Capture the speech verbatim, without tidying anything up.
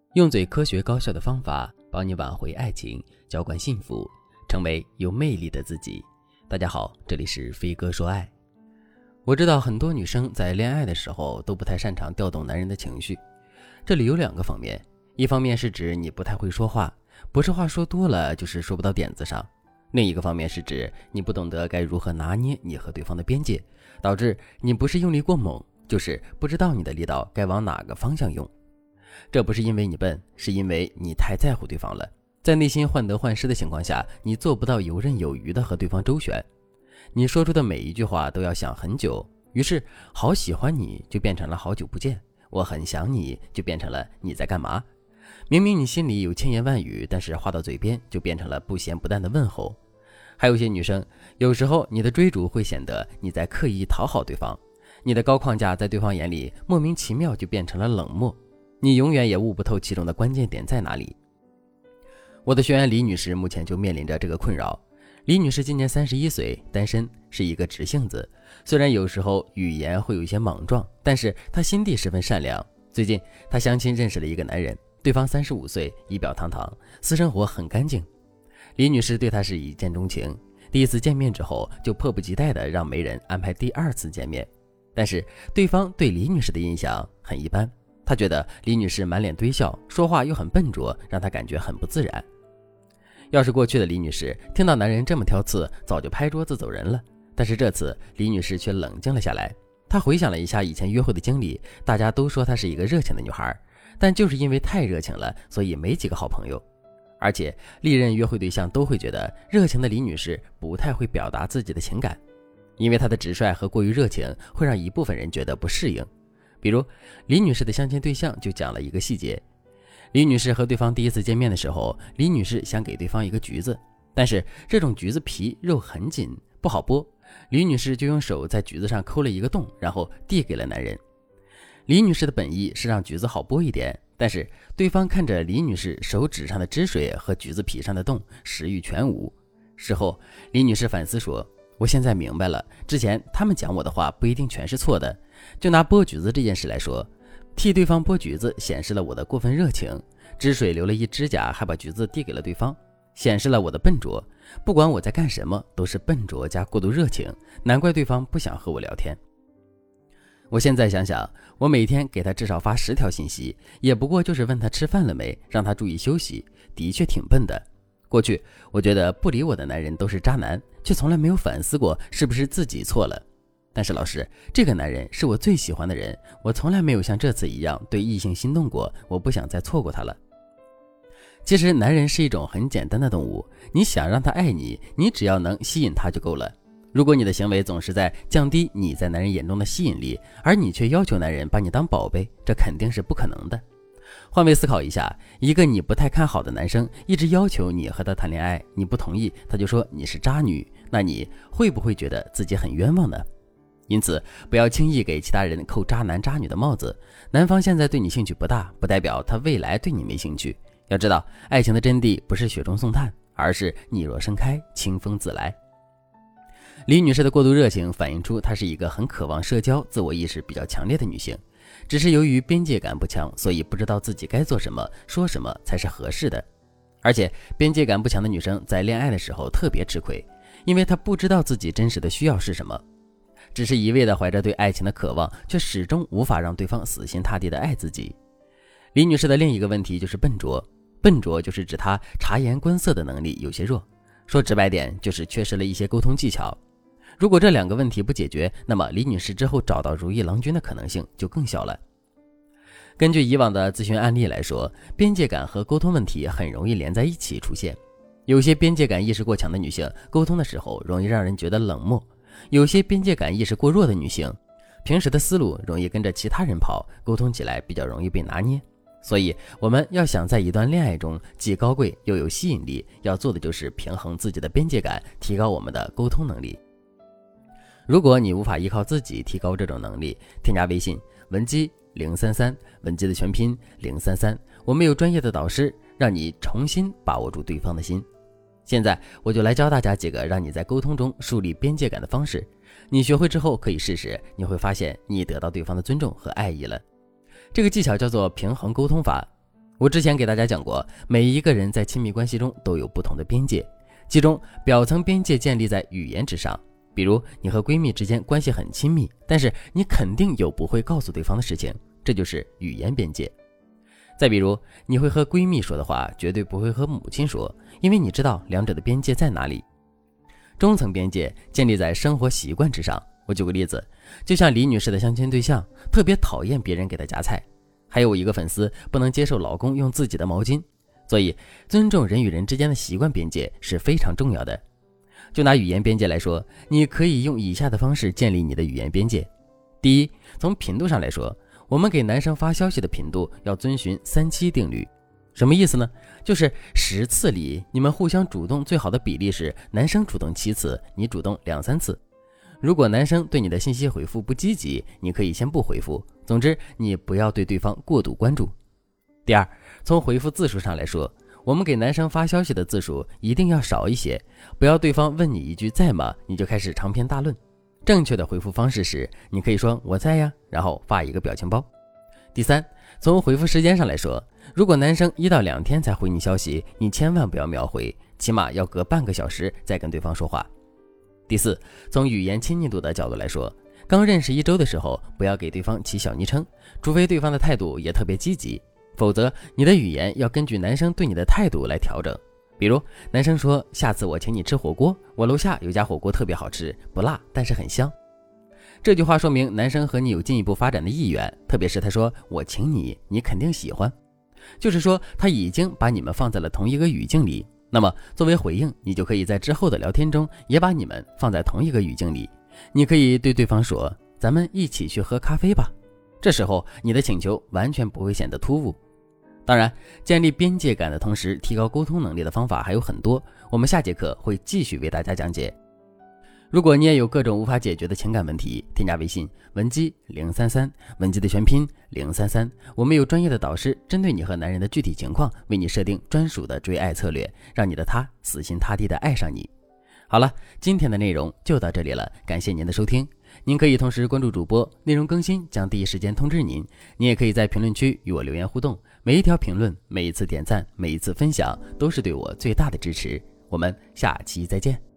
用最科学高效的方法帮你挽回爱情，浇灌幸福，成为有魅力的自己。大家好，这里是飞哥说爱。我知道很多女生在恋爱的时候都不太擅长调动男人的情绪，这里有两个方面，一方面是指你不太会说话，不是话说多了就是说不到点子上，另一个方面是指你不懂得该如何拿捏你和对方的边界，导致你不是用力过猛，就是不知道你的力道该往哪个方向用。这不是因为你笨，是因为你太在乎对方了，在内心患得患失的情况下，你做不到游刃有余的和对方周旋，你说出的每一句话都要想很久，于是好喜欢你就变成了好久不见，我很想你就变成了你在干嘛。明明你心里有千言万语，但是话到嘴边就变成了不咸不淡的问候。还有些女生，有时候你的追逐会显得你在刻意讨好对方，你的高框架在对方眼里莫名其妙就变成了冷漠，你永远也悟不透其中的关键点在哪里。我的学员李女士目前就面临着这个困扰。李女士今年三十一岁，单身，是一个直性子，虽然有时候语言会有一些莽撞，但是她心地十分善良。最近她相亲认识了一个男人，对方三十五岁，仪表堂堂，私生活很干净。李女士对他是一见钟情，第一次见面之后就迫不及待地让媒人安排第二次见面，但是对方对李女士的印象很一般，他觉得李女士满脸堆笑，说话又很笨拙，让他感觉很不自然。要是过去的李女士听到男人这么挑刺，早就拍桌子走人了，但是这次李女士却冷静了下来。她回想了一下以前约会的经历，大家都说她是一个热情的女孩，但就是因为太热情了，所以没几个好朋友。而且历任约会对象都会觉得热情的李女士不太会表达自己的情感，因为她的直率和过于热情会让一部分人觉得不适应。比如李女士的相亲对象就讲了一个细节，李女士和对方第一次见面的时候，李女士想给对方一个橘子，但是这种橘子皮肉很紧，不好剥，李女士就用手在橘子上抠了一个洞，然后递给了男人。李女士的本意是让橘子好剥一点，但是对方看着李女士手指上的汁水和橘子皮上的洞，食欲全无。事后李女士反思说，我现在明白了，之前他们讲我的话不一定全是错的。就拿剥橘子这件事来说，替对方剥橘子显示了我的过分热情，汁水流了一指甲，还把橘子递给了对方，显示了我的笨拙。不管我在干什么，都是笨拙加过度热情，难怪对方不想和我聊天。我现在想想，我每天给他至少发十条信息，也不过就是问他吃饭了没，让他注意休息，的确挺笨的。过去我觉得不理我的男人都是渣男，却从来没有反思过是不是自己错了。但是老师，这个男人是我最喜欢的人，我从来没有像这次一样对异性心动过，我不想再错过他了。其实男人是一种很简单的动物，你想让他爱你，你只要能吸引他就够了。如果你的行为总是在降低你在男人眼中的吸引力，而你却要求男人把你当宝贝，这肯定是不可能的。换位思考一下，一个你不太看好的男生一直要求你和他谈恋爱，你不同意，他就说你是渣女，那你会不会觉得自己很冤枉呢？因此不要轻易给其他人扣渣男渣女的帽子，男方现在对你兴趣不大，不代表他未来对你没兴趣。要知道，爱情的真谛不是雪中送炭，而是你若盛开，清风自来。李女士的过度热情反映出她是一个很渴望社交、自我意识比较强烈的女性，只是由于边界感不强，所以不知道自己该做什么、说什么才是合适的。而且边界感不强的女生在恋爱的时候特别吃亏，因为她不知道自己真实的需要是什么，只是一味地怀着对爱情的渴望，却始终无法让对方死心塌地地爱自己。李女士的另一个问题就是笨拙，笨拙就是指她察言观色的能力有些弱，说直白点就是缺失了一些沟通技巧。如果这两个问题不解决，那么李女士之后找到如意郎君的可能性就更小了。根据以往的咨询案例来说，边界感和沟通问题很容易连在一起出现。有些边界感意识过强的女性，沟通的时候容易让人觉得冷漠；有些边界感意识过弱的女性，平时的思路容易跟着其他人跑，沟通起来比较容易被拿捏。所以我们要想在一段恋爱中既高贵又有吸引力，要做的就是平衡自己的边界感，提高我们的沟通能力。如果你无法依靠自己提高这种能力，添加微信文姬零三三，文姬的全拼零三三，我们有专业的导师，让你重新把握住对方的心。现在我就来教大家几个让你在沟通中树立边界感的方式，你学会之后可以试试，你会发现你得到对方的尊重和爱意了。这个技巧叫做平衡沟通法。 我之前给大家讲过，每一个人在亲密关系中都有不同的边界，其中表层边界建立在语言之上。比如你和闺蜜之间关系很亲密，但是你肯定有不会告诉对方的事情，这就是语言边界。再比如你会和闺蜜说的话绝对不会和母亲说，因为你知道两者的边界在哪里。中层边界建立在生活习惯之上。我举个例子，就像李女士的相亲对象特别讨厌别人给她夹菜，还有一个粉丝不能接受老公用自己的毛巾，所以尊重人与人之间的习惯边界是非常重要的。就拿语言边界来说，你可以用以下的方式建立你的语言边界。第一，从频度上来说，我们给男生发消息的频度要遵循三七定律。什么意思呢？就是十次里你们互相主动最好的比例是男生主动七次，你主动两三次。如果男生对你的信息回复不积极，你可以先不回复，总之你不要对对方过度关注。第二，从回复字数上来说，我们给男生发消息的字数一定要少一些，不要对方问你一句在吗，你就开始长篇大论。正确的回复方式是，你可以说我在呀，然后发一个表情包。第三，从回复时间上来说，如果男生一到两天才回你消息，你千万不要秒回，起码要隔半个小时再跟对方说话。第四，从语言亲密度的角度来说，刚认识一周的时候，不要给对方起小昵称，除非对方的态度也特别积极，否则你的语言要根据男生对你的态度来调整。比如男生说下次我请你吃火锅，我楼下有家火锅特别好吃，不辣但是很香。这句话说明男生和你有进一步发展的意愿，特别是他说我请你，你肯定喜欢，就是说他已经把你们放在了同一个语境里。那么作为回应，你就可以在之后的聊天中也把你们放在同一个语境里。你可以对对方说咱们一起去喝咖啡吧，这时候你的请求完全不会显得突兀。当然，建立边界感的同时提高沟通能力的方法还有很多，我们下节课会继续为大家讲解。如果你也有各种无法解决的情感问题，添加微信文姬零三三，文姬的全拼零三三，我们有专业的导师针对你和男人的具体情况，为你设定专属的追爱策略，让你的他死心塌地的爱上你。好了，今天的内容就到这里了，感谢您的收听。您可以同时关注主播，内容更新将第一时间通知您。您也可以在评论区与我留言互动，每一条评论，每一次点赞，每一次分享，都是对我最大的支持。我们下期再见。